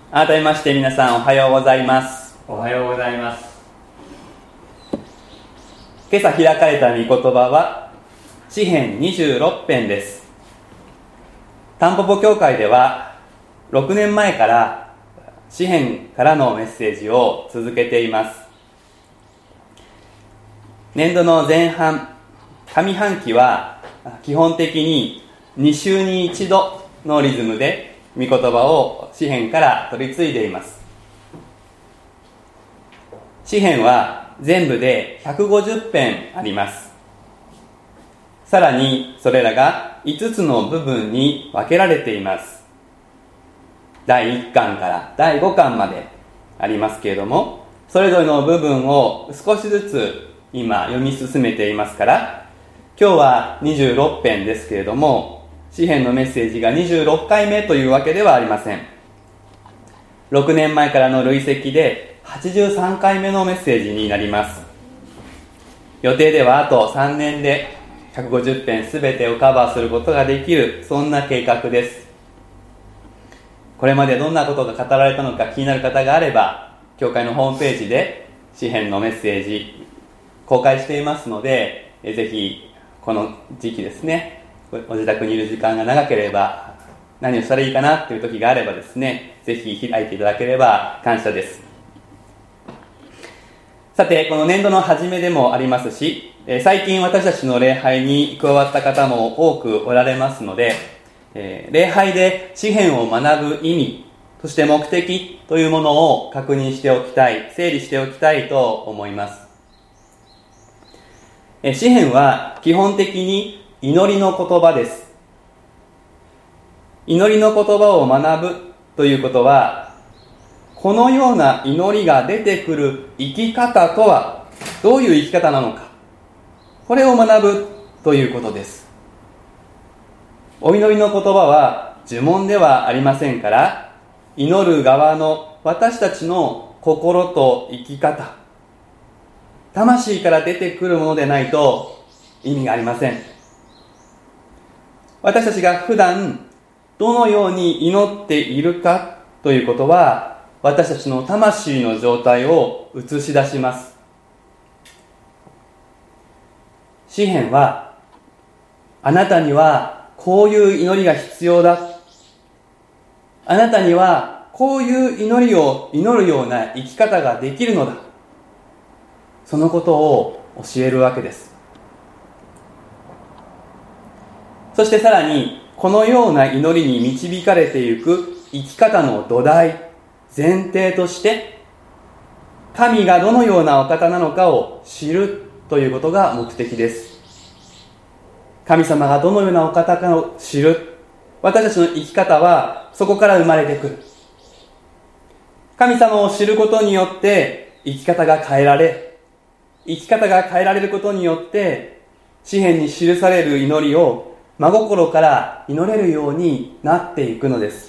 改めまして皆さんおはようございます。 おはようございます。 今朝開かれた御言葉は詩編26編です。タンポポ教会では6年前から詩編からのメッセージを続けています。年度の前半、上半期は基本的に2週に1度のリズムで御言葉を詩編から取り継いでいます。詩編は全部で150編あります。さらにそれらが5つの部分に分けられています。第1巻から第5巻までありますけれども、それぞれの部分を少しずつ今読み進めていますから、今日は26編ですけれども、詩編のメッセージが26回目というわけではありません。6年前からの累積で83回目のメッセージになります。予定ではあと3年で150編すべてをカバーすることができる、そんな計画です。これまでどんなことが語られたのか気になる方があれば、教会のホームページで詩編のメッセージ公開していますので、ぜひこの時期ですね、ご自宅にいる時間が長ければ何をしたらいいかなという時があればですね、ぜひ開いていただければ感謝です。さて、この年度の初めでもありますし、最近私たちの礼拝に加わった方も多くおられますので、礼拝で詩編を学ぶ意味、そして目的というものを確認しておきたい、整理しておきたいと思います。詩編は基本的に祈りの言葉です。祈りの言葉を学ぶということは、このような祈りが出てくる生き方とはどういう生き方なのか、これを学ぶということです。お祈りの言葉は呪文ではありませんから、祈る側の私たちの心と生き方、魂から出てくるものでないと意味がありません。私たちが普段どのように祈っているかということは、私たちの魂の状態を映し出します。詩編は、あなたにはこういう祈りが必要だ、あなたにはこういう祈りを祈るような生き方ができるのだ、そのことを教えるわけです。そしてさらに、このような祈りに導かれていく生き方の土台、前提として、神がどのようなお方なのかを知るということが目的です。神様がどのようなお方かを知る。私たちの生き方はそこから生まれてくる。神様を知ることによって生き方が変えられ、生き方が変えられることによって、詩編に記される祈りを真心から祈れるようになっていくのです。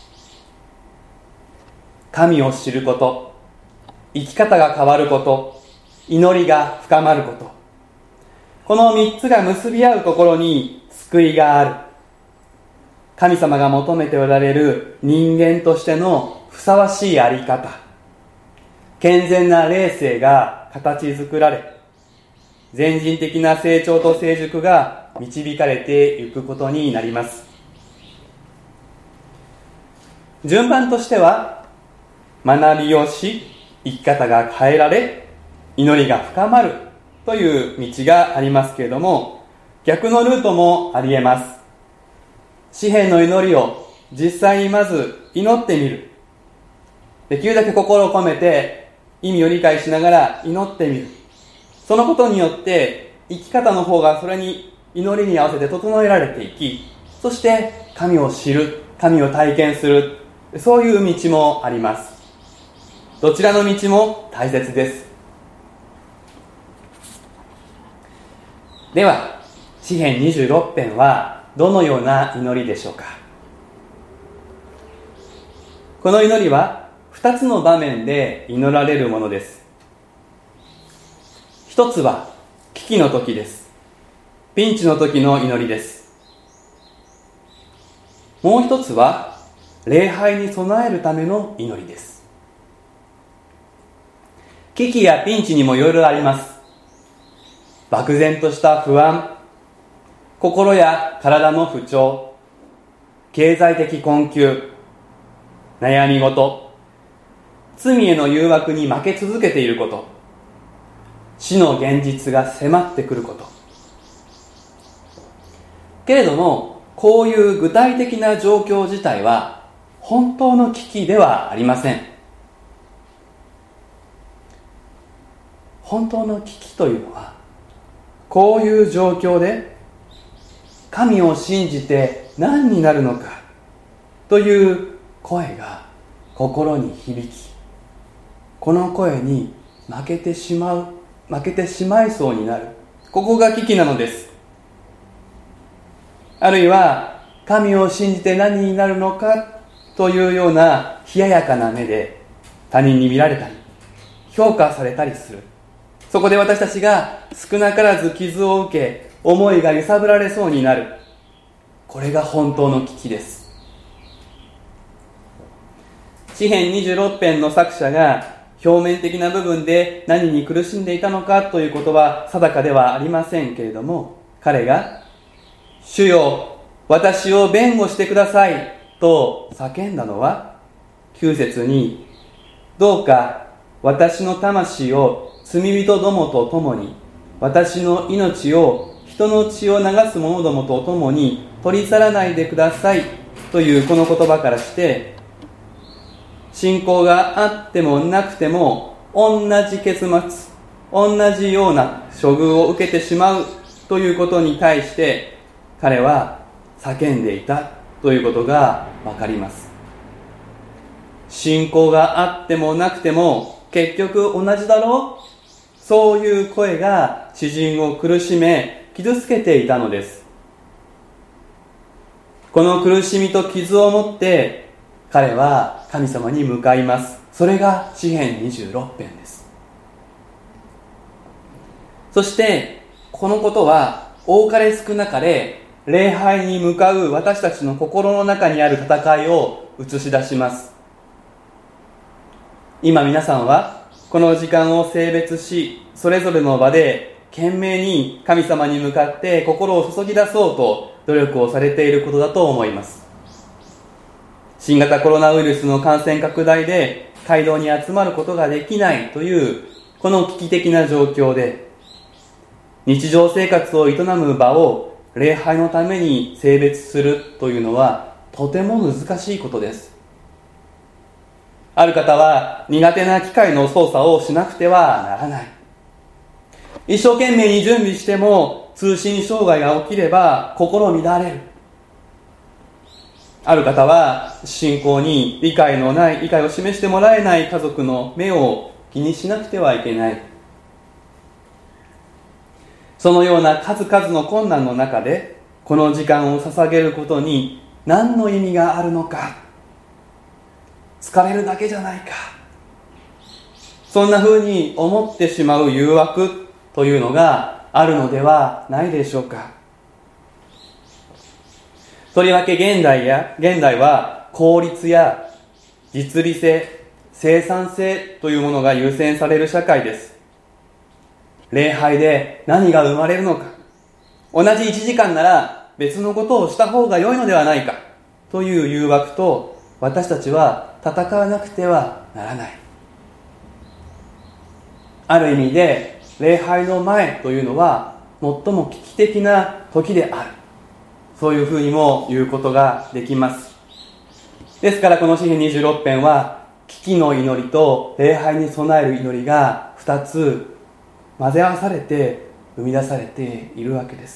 神を知ること、生き方が変わること、祈りが深まること、この3つが結び合うところに救いがある。神様が求めておられる人間としてのふさわしいあり方、健全な霊性が形作られ、全人的な成長と成熟が導かれていくことになります。順番としては、学びをし、生き方が変えられ、祈りが深まるという道がありますけれども、逆のルートもあり得ます。詩編の祈りを実際にまず祈ってみる。できるだけ心を込めて意味を理解しながら祈ってみる。そのことによって生き方の方がそれに祈りに合わせて整えられていき、そして神を知る、神を体験する、そういう道もあります。どちらの道も大切です。では、詩編26編はどのような祈りでしょうか。この祈りは2つの場面で祈られるものです。一つは危機の時です。ピンチの時の祈りです。もう一つは礼拝に備えるための祈りです。危機やピンチにもいろいろあります。漠然とした不安、心や体の不調、経済的困窮、悩み事、罪への誘惑に負け続けていること、死の現実が迫ってくること。けれども、こういう具体的な状況自体は本当の危機ではありません。本当の危機というのは、こういう状況で神を信じて何になるのかという声が心に響き、この声に負けてしまいそうになる。ここが危機なのです。あるいは神を信じて何になるのかというような冷ややかな目で他人に見られたり評価されたりする。そこで私たちが少なからず傷を受け、思いが揺さぶられそうになる。これが本当の危機です。詩編26編の作者が表面的な部分で何に苦しんでいたのかということは定かではありませんけれども、彼が主よ、私を弁護してくださいと叫んだのは、9節に、どうか私の魂を罪人どもと共に、私の命を人の血を流す者どもと共に取り去らないでくださいというこの言葉からして、信仰があってもなくても同じ結末、同じような処遇を受けてしまうということに対して彼は叫んでいたということがわかります。信仰があってもなくても結局同じだろう、そういう声が詩人を苦しめ傷つけていたのです。この苦しみと傷を持って彼は神様に向かいます。それが詩編26編です。そしてこのことは多かれ少なかれ礼拝に向かう私たちの心の中にある戦いを映し出します。今皆さんはこの時間を性別し、それぞれの場で懸命に神様に向かって心を注ぎ出そうと努力をされていることだと思います。新型コロナウイルスの感染拡大で街道に集まることができないというこの危機的な状況で、日常生活を営む場を礼拝のために性別するというのはとても難しいことです。ある方は苦手な機械の操作をしなくてはならない。一生懸命に準備しても通信障害が起きれば心乱れる。ある方は信仰に理解を示してもらえない家族の目を気にしなくてはいけない。そのような数々の困難の中でこの時間を捧げることに何の意味があるのか、疲れるだけじゃないか、そんな風に思ってしまう誘惑というのがあるのではないでしょうか。とりわけ現代は効率や実利性、生産性というものが優先される社会です。礼拝で何が生まれるのか、同じ1時間なら別のことをした方が良いのではないかという誘惑と私たちは戦わなくてはならない。ある意味で礼拝の前というのは最も危機的な時である、そういうふうにも言うことができます。ですからこの詩編26編は危機の祈りと礼拝に備える祈りが2つ混ぜ合わされて生み出されているわけです。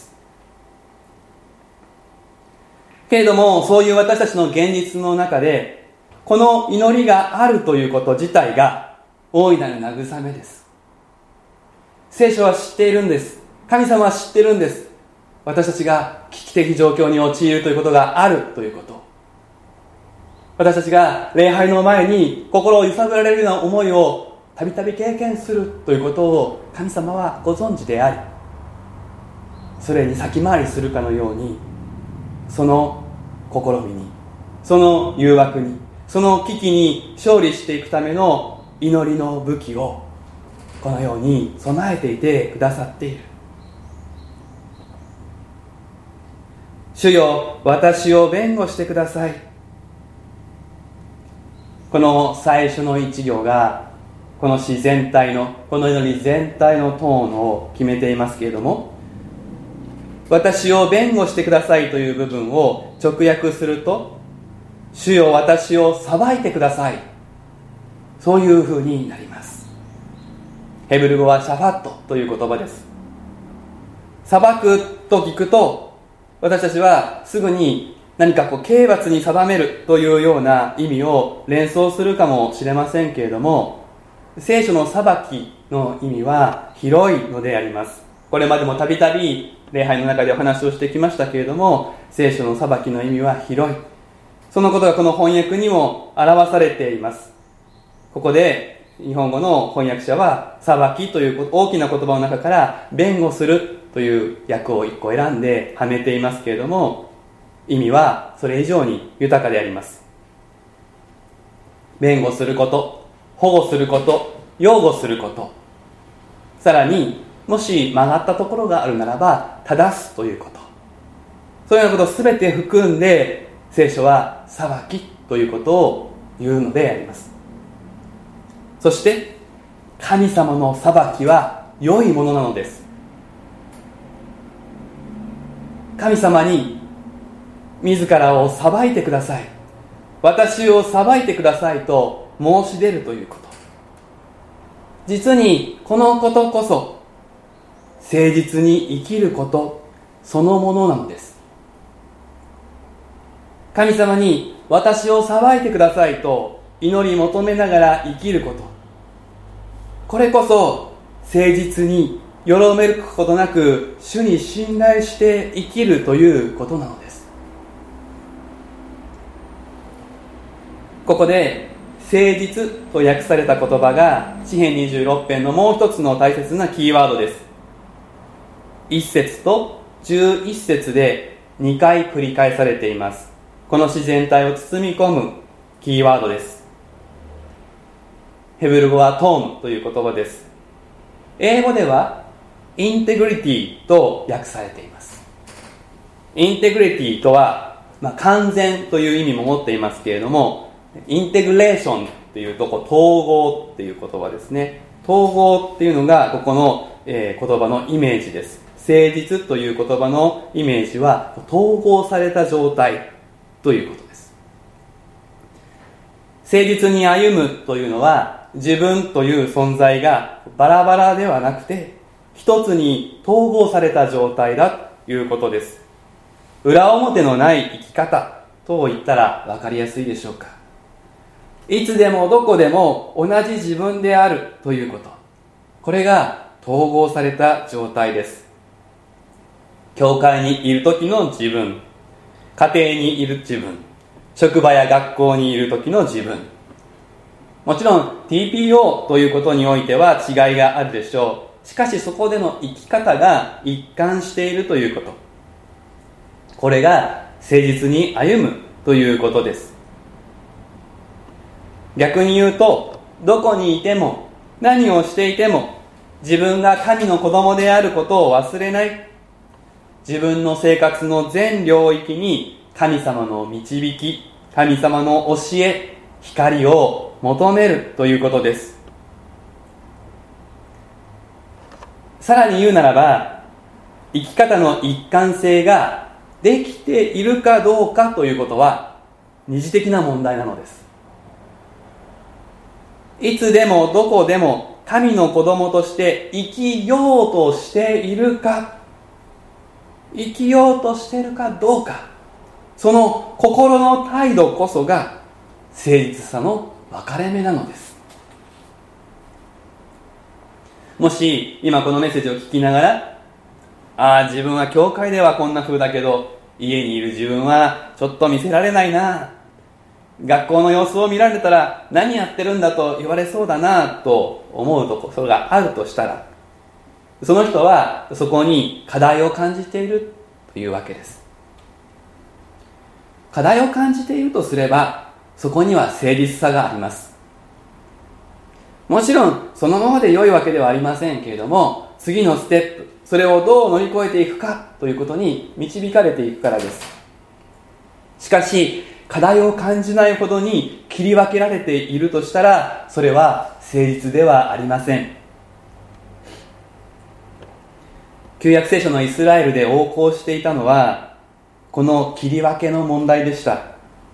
けれどもそういう私たちの現実の中でこの祈りがあるということ自体が大いなる慰めです。聖書は知っているんです。神様は知っているんです。私たちが危機的状況に陥るということがあるということ、私たちが礼拝の前に心を揺さぶられるような思いをたびたび経験するということを神様はご存知であり、それに先回りするかのようにその試みに、 その誘惑に、その危機に勝利していくための祈りの武器をこのように備えていてくださっている。主よ、私を弁護してください。この最初の一行がこの詩全体の、この祈り全体のトーンを決めていますけれども、私を弁護してくださいという部分を直訳すると、主よ、私を裁いてください、そういうふうになります。ヘブル語はシャファットという言葉です。裁くと聞くと、私たちはすぐに何か刑罰に定めるというような意味を連想するかもしれませんけれども、聖書の裁きの意味は広いのであります。これまでもたびたび礼拝の中でお話をしてきましたけれども、聖書の裁きの意味は広い。そのことがこの翻訳にも表されています。ここで日本語の翻訳者は裁きという大きな言葉の中から弁護するという訳を一個選んではめていますけれども、意味はそれ以上に豊かであります。弁護すること、保護すること、擁護すること、さらにもし曲がったところがあるならば正すということ、そういうようなことを全て含んで聖書は裁きということを言うのであります。そして神様の裁きは良いものなのです。神様に自らを裁いてください、私を裁いてくださいと申し出るということ、実にこのことこそ誠実に生きることそのものなのです。神様に私を裁いてくださいと祈り求めながら生きること、これこそ誠実によろめくことなく主に信頼して生きるということなのです。ここで誠実と訳された言葉が詩編26編のもう一つの大切なキーワードです。1節と11節で2回繰り返されています。この詩全体を包み込むキーワードです。ヘブル語はトームという言葉です。英語ではインテグリティと訳されています。インテグリティとは、完全という意味も持っていますけれども、インテグレーションっていうと統合っていう言葉ですね。統合っていうのがここの、言葉のイメージです。誠実という言葉のイメージは統合された状態ということです。誠実に歩むというのは、自分という存在がバラバラではなくて一つに統合された状態だということです。裏表のない生き方と言ったら分かりやすいでしょうか。いつでもどこでも同じ自分であるということ、これが統合された状態です。教会にいる時の自分、家庭にいる自分、職場や学校にいる時の自分、もちろん TPO ということにおいては違いがあるでしょう。しかしそこでの生き方が一貫しているということ、これが誠実に歩むということです。逆に言うと、どこにいても何をしていても自分が神の子供であることを忘れない、自分の生活の全領域に神様の導き、神様の教え、光を求めるということです。さらに言うならば、生き方の一貫性ができているかどうかということは二次的な問題なのです。いつでもどこでも神の子供として生きようとしているか、生きようとしているかどうか、その心の態度こそが誠実さの分かれ目なのです。もし今このメッセージを聞きながら、自分は教会ではこんな風だけど家にいる自分はちょっと見せられないな、学校の様子を見られたら何やってるんだと言われそうだなと思うところがあるとしたら、その人はそこに課題を感じているというわけです。 課題を感じているとすれば、そこには誠実さがあります。もちろんそのままで良いわけではありませんけれども、次のステップ、それをどう乗り越えていくかということに導かれていくからです。しかし課題を感じないほどに切り分けられているとしたら、それは誠実ではありません。旧約聖書のイスラエルで横行していたのは、この切り分けの問題でした。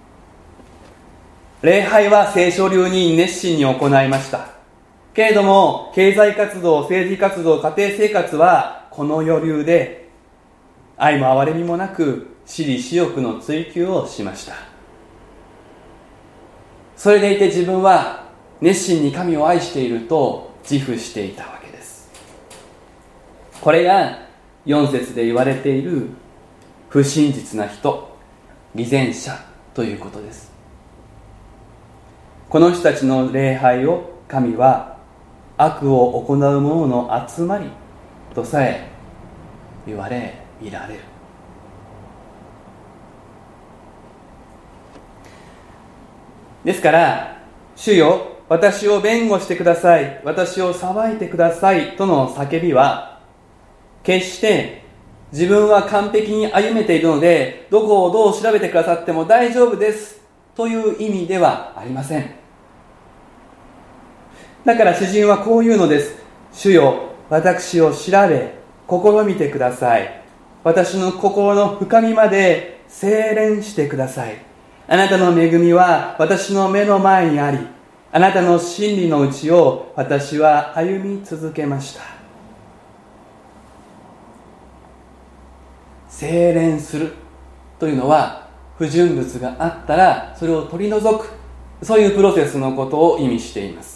礼拝は聖書流に熱心に行いました。けれども、経済活動、政治活動、家庭生活はこの余裕で、愛も憐れみもなく、私利私欲の追求をしました。それでいて自分は熱心に神を愛していると自負していたわけです。これが4節で言われている不真実な人、偽善者ということです。この人たちの礼拝を神は悪を行う者の集まりとさえ言われ見られる。ですから、主よ、私を弁護してください、私を裁いてくださいとの叫びは、決して自分は完璧に歩めているので、どこをどう調べてくださっても大丈夫ですという意味ではありません。だから詩人はこう言うのです。主よ、私を調べ、試みてください。私の心の深みまで精錬してください。あなたの恵みは私の目の前にあり、あなたの真理のうちを私は歩み続けました。精錬するというのは、不純物があったらそれを取り除く、そういうプロセスのことを意味しています。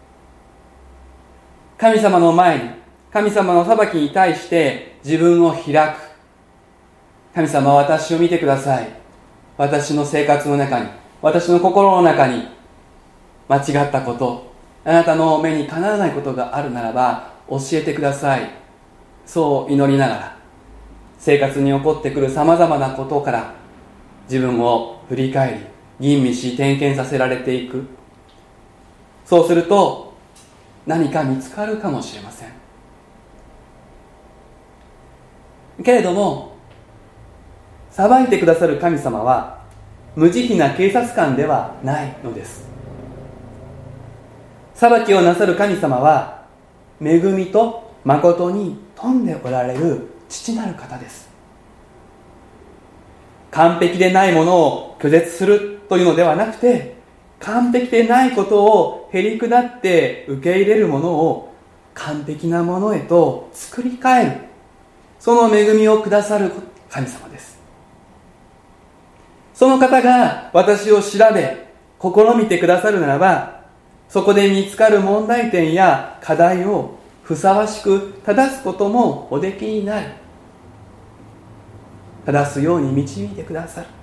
神様の前に、神様の裁きに対して自分を開く。神様は私を見てください。私の生活の中に、私の心の中に間違ったこと、あなたの目にかなわないことがあるならば教えてください。そう祈りながら、生活に起こってくるさまざまなことから自分を振り返り、吟味し点検させられていく。そうすると何か見つかるかもしれません。けれども、裁いてくださる神様は無慈悲な警察官ではないのです。裁きをなさる神様は恵みと誠に富んでおられる父なる方です。完璧でないものを拒絶するというのではなくて、完璧でないことをへり下って受け入れるものを完璧なものへと作り変える、その恵みをくださる神様です。その方が私を調べ試みてくださるならば、そこで見つかる問題点や課題をふさわしく正すこともおできになる。正すように導いてくださる。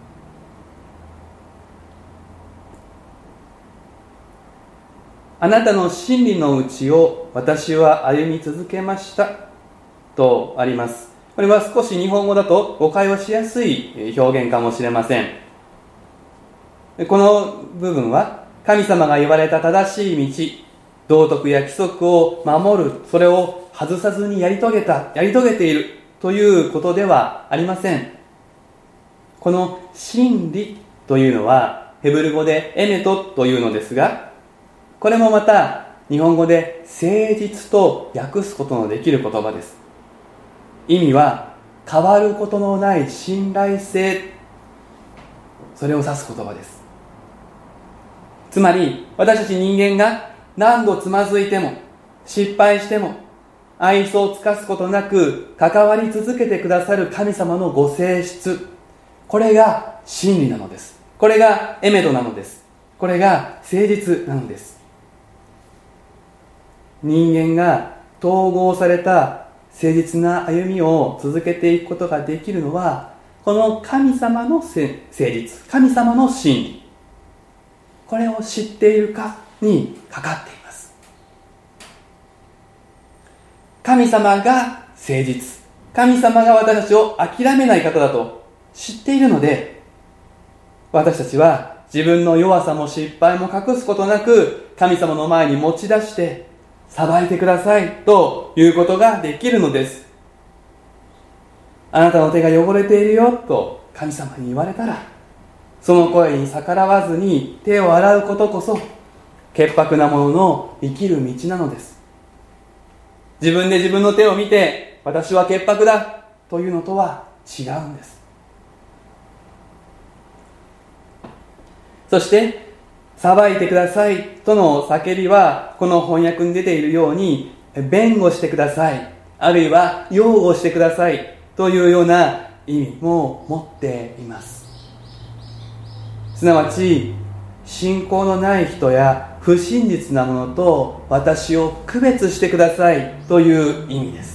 あなたの真理のうちを私は歩み続けましたとあります。これは少し日本語だと誤解をしやすい表現かもしれません。この部分は神様が言われた正しい道、道徳や規則を守る、それを外さずにやり遂げているということではありません。この真理というのはヘブル語でエメトというのですが、これもまた日本語で誠実と訳すことのできる言葉です。意味は変わることのない信頼性、それを指す言葉です。つまり私たち人間が何度つまずいても失敗しても愛想を尽かすことなく関わり続けてくださる神様のご性質、これが真理なのです。これがエメトなのです。これが誠実なのです。人間が統合された誠実な歩みを続けていくことができるのは、この神様の誠実、神様の真理、これを知っているかにかかっています。神様が誠実、神様が私たちを諦めない方だと知っているので、 私たちは自分の弱さも失敗も隠すことなく神様の前に持ち出して裁いてくださいということができるのです。あなたの手が汚れているよと神様に言われたら、その声に逆らわずに手を洗うことこそ潔白な者の生きる道なのです。自分で自分の手を見て私は潔白だというのとは違うんです。そして裁いてくださいとの叫びは、この翻訳に出ているように弁護してください、あるいは擁護してくださいというような意味も持っています。すなわち信仰のない人や不真実なものと私を区別してくださいという意味です。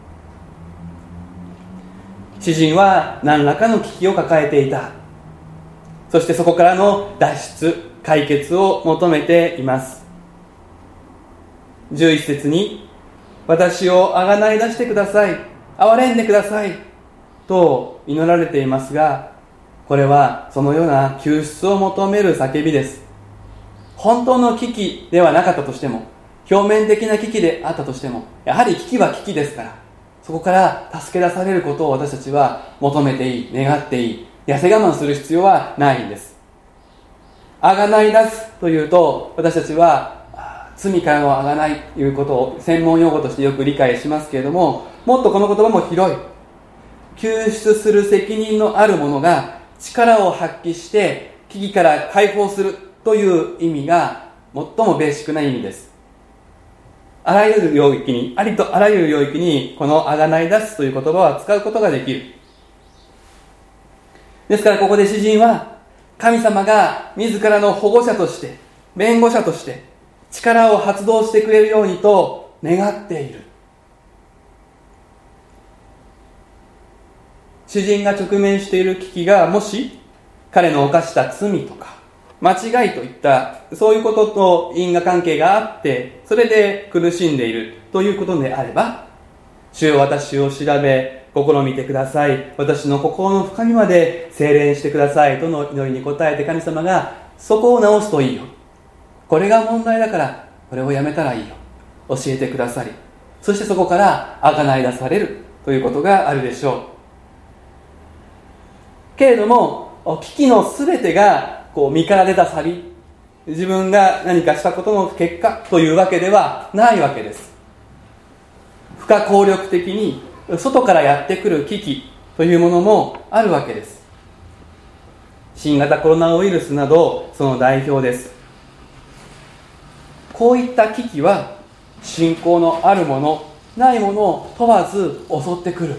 詩人は何らかの危機を抱えていた。そしてそこからの脱出、解決を求めています。11節に、私をあがない出してください、憐れんでくださいと祈られていますが、これはそのような救出を求める叫びです。本当の危機ではなかったとしても、表面的な危機であったとしても、やはり危機は危機ですから、そこから助け出されることを私たちは求めていい、願っていい、痩せ我慢する必要はないんです。あがない出すというと、私たちは罪からのあがないということを専門用語としてよく理解しますけれども、もっとこの言葉も広い。救出する責任のある者が力を発揮して危機から解放するという意味が最もベーシックな意味です。あらゆる領域に、ありとあらゆる領域にこのあがない出すという言葉は使うことができる。ですからここで詩人は、神様が自らの保護者として弁護者として力を発動してくれるようにと願っている。詩人が直面している危機が、もし彼の犯した罪とか間違いといったそういうことと因果関係があって、それで苦しんでいるということであれば、主よ私を調べ試みてください、私の心の深みまで精錬してくださいとの祈りに応えて、神様がそこを直すといいよ、これが問題だからこれをやめたらいいよ、教えてくださり、そしてそこから贖い出されるということがあるでしょう。けれども危機のすべてが身から出たサビ、自分が何かしたことの結果というわけではないわけです。不可抗力的に外からやってくる危機というものもあるわけです。新型コロナウイルスなどその代表です。こういった危機は信仰のあるものないものを問わず襲ってくる。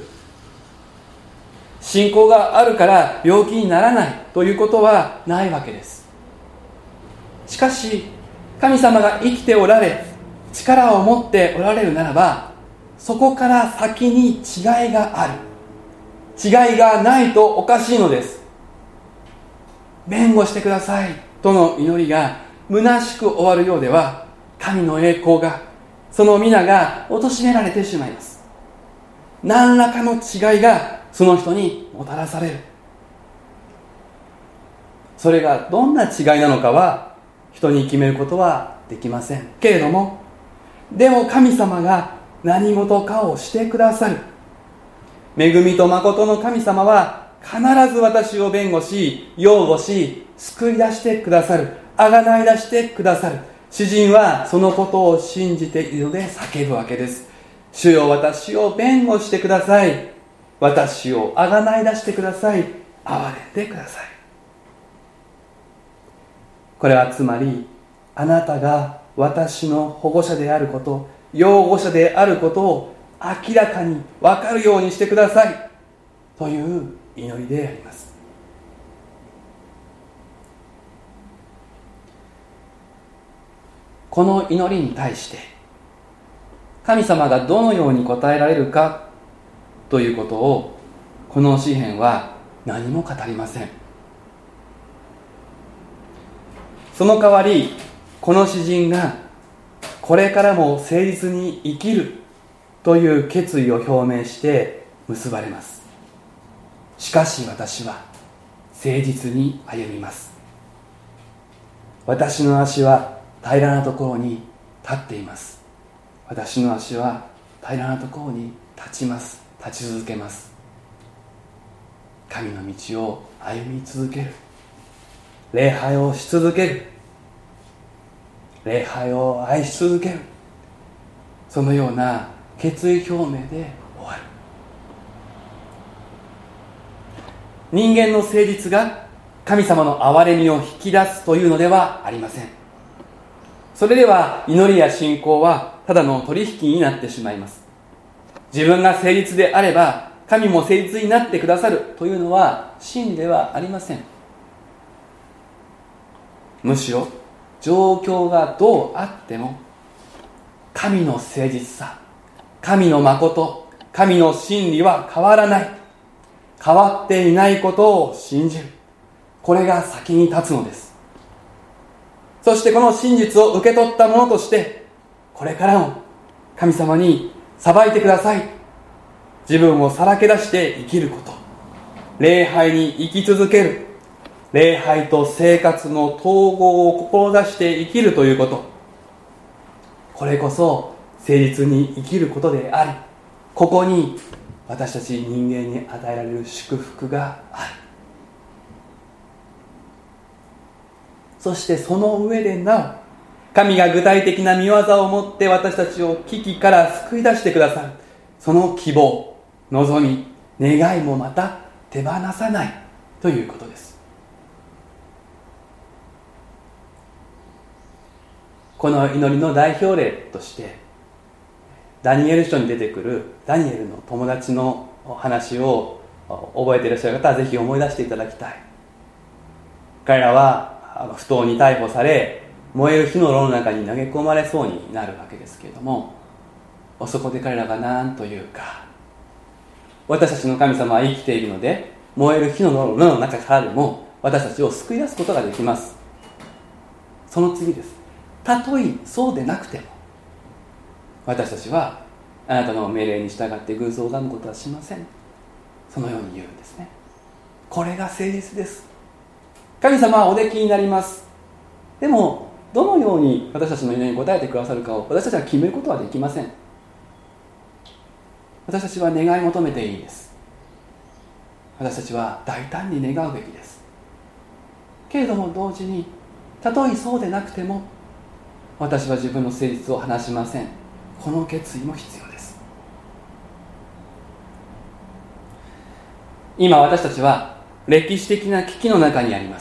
信仰があるから病気にならないということはないわけです。しかし神様が生きておられ、力を持っておられるならば、そこから先に違いがある。違いがないとおかしいのです。弁護してくださいとの祈りが虚しく終わるようでは、神の栄光が、その皆が貶められてしまいます。何らかの違いがその人にもたらされる。それがどんな違いなのかは人に決めることはできませんけれども、でも神様が何事かをしてくださる。恵みと誠の神様は必ず私を弁護し、擁護し、救い出してくださる。贖い出してくださる。詩人はそのことを信じているので叫ぶわけです。主よ私を弁護してください。私を贖い出してください。憐れんでください。これはつまり、あなたが私の保護者であること、養護者であることを明らかに分かるようにしてくださいという祈りであります。この祈りに対して神様がどのように答えられるかということを、この詩編は何も語りません。その代わり、この詩人がこれからも誠実に生きるという決意を表明して結ばれます。しかし私は誠実に歩みます。私の足は平らなところに立っています。私の足は平らなところに立ちます。立ち続けます。神の道を歩み続ける。礼拝をし続ける。礼拝を愛し続ける。そのような決意表明で終わる。人間の誠実が神様の憐れみを引き出すというのではありません。それでは祈りや信仰はただの取引になってしまいます。自分が誠実であれば神も誠実になってくださるというのは真理ではありません。むしろ状況がどうあっても神の誠実さ、神の誠、神の真理は変わらない。変わっていないことを信じる。これが先に立つのです。そしてこの真実を受け取ったものとして、これからも神様に裁いてください。自分をさらけ出して生きること。礼拝に生き続ける。礼拝と生活の統合を志して生きるということ。これこそ誠実に生きることであり、ここに私たち人間に与えられる祝福がある。そしてその上でなお、神が具体的な見業をもって私たちを危機から救い出してくださる。その希望、望み、願いもまた手放さないということです。この祈りの代表例としてダニエル書に出てくるダニエルの友達の話を覚えていらっしゃる方はぜひ思い出していただきたい。彼らは不当に逮捕され、燃える火の炉の中に投げ込まれそうになるわけですけれども、そこで彼らが何というか、私たちの神様は生きているので燃える火の炉の中からでも私たちを救い出すことができます。その次です。たとえそうでなくても私たちはあなたの命令に従って偶像を拝むことはしません。そのように言うんですね。これが誠実です。神様はおできになります。でもどのように私たちの祈りに応えてくださるかを私たちは決めることはできません。私たちは願い求めていいです。私たちは大胆に願うべきです。けれども同時にたとえそうでなくても私は自分の誠実を話しません。この決意も必要です。今私たちは歴史的な危機の中にあります。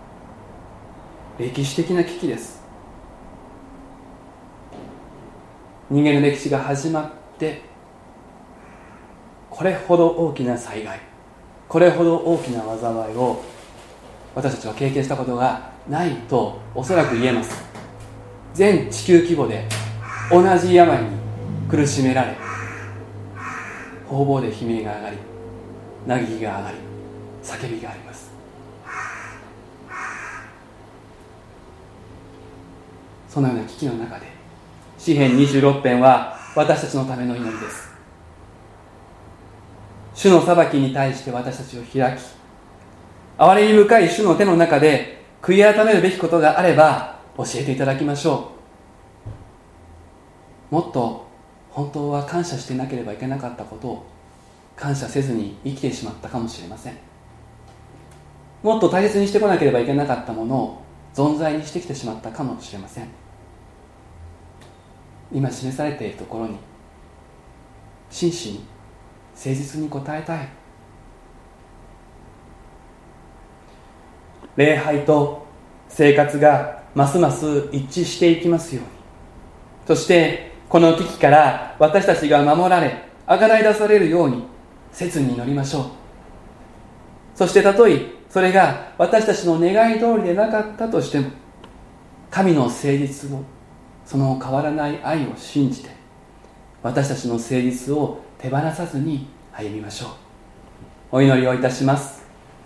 歴史的な危機です。人間の歴史が始まってこれほど大きな災害、これほど大きな災いを私たちは経験したことがないとおそらく言えます。全地球規模で同じ病に苦しめられ、方々で悲鳴が上がり、嘆きが上がり、叫びがあります。そのような危機の中で詩編26編は私たちのための祈りです。主の裁きに対して私たちを開き、憐れみ深い主の手の中で悔い改めるべきことがあれば教えていただきましょう。もっと本当は感謝していなければいけなかったことを感謝せずに生きてしまったかもしれません。もっと大切にしてこなければいけなかったものを存在にしてきてしまったかもしれません。今示されているところに真摯に誠実に応えたい。礼拝と生活がますます一致していきますように。そしてこの危機から私たちが守られ、あがない出されるように切に祈りましょう。そしてたとえそれが私たちの願い通りでなかったとしても、神の誠実を、その変わらない愛を信じて私たちの誠実を手放さずに歩みましょう。お祈りをいたします。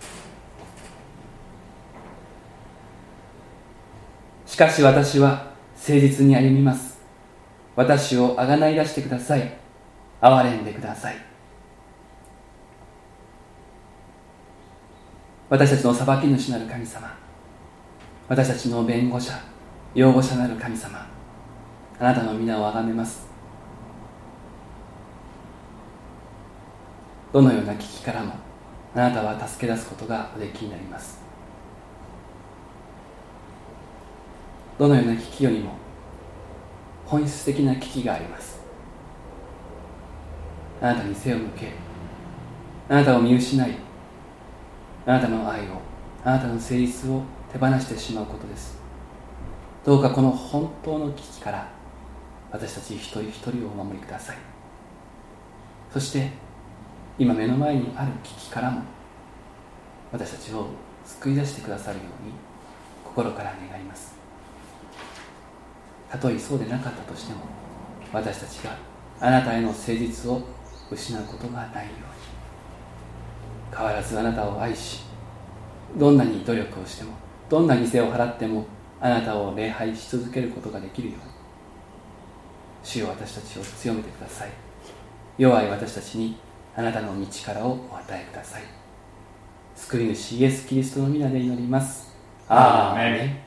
しかし私は誠実に歩みます。私をあがない出してください。憐れんでください。 私たちの裁き主なる神様、私たちの弁護者、擁護者なる神様、あなたの皆をあがめます。どのような危機からもあなたは助け出すことがおできになります。どのような危機よりも本質的な危機があります。あなたに背を向け、あなたを見失い、あなたの愛を、あなたの誠実を手放してしまうことです。どうかこの本当の危機から私たち一人一人をお守りください。そして今目の前にある危機からも私たちを救い出してくださるように心から願います。たとえそうでなかったとしても、私たちがあなたへの誠実を失うことがないように、変わらずあなたを愛し、どんなに努力をしても、どんな犠牲を払ってもあなたを礼拝し続けることができるように、主よ、私たちを強めてください。弱い私たちにあなたの道からをお与えください。救い主イエス・キリストの皆で祈ります。アーメン。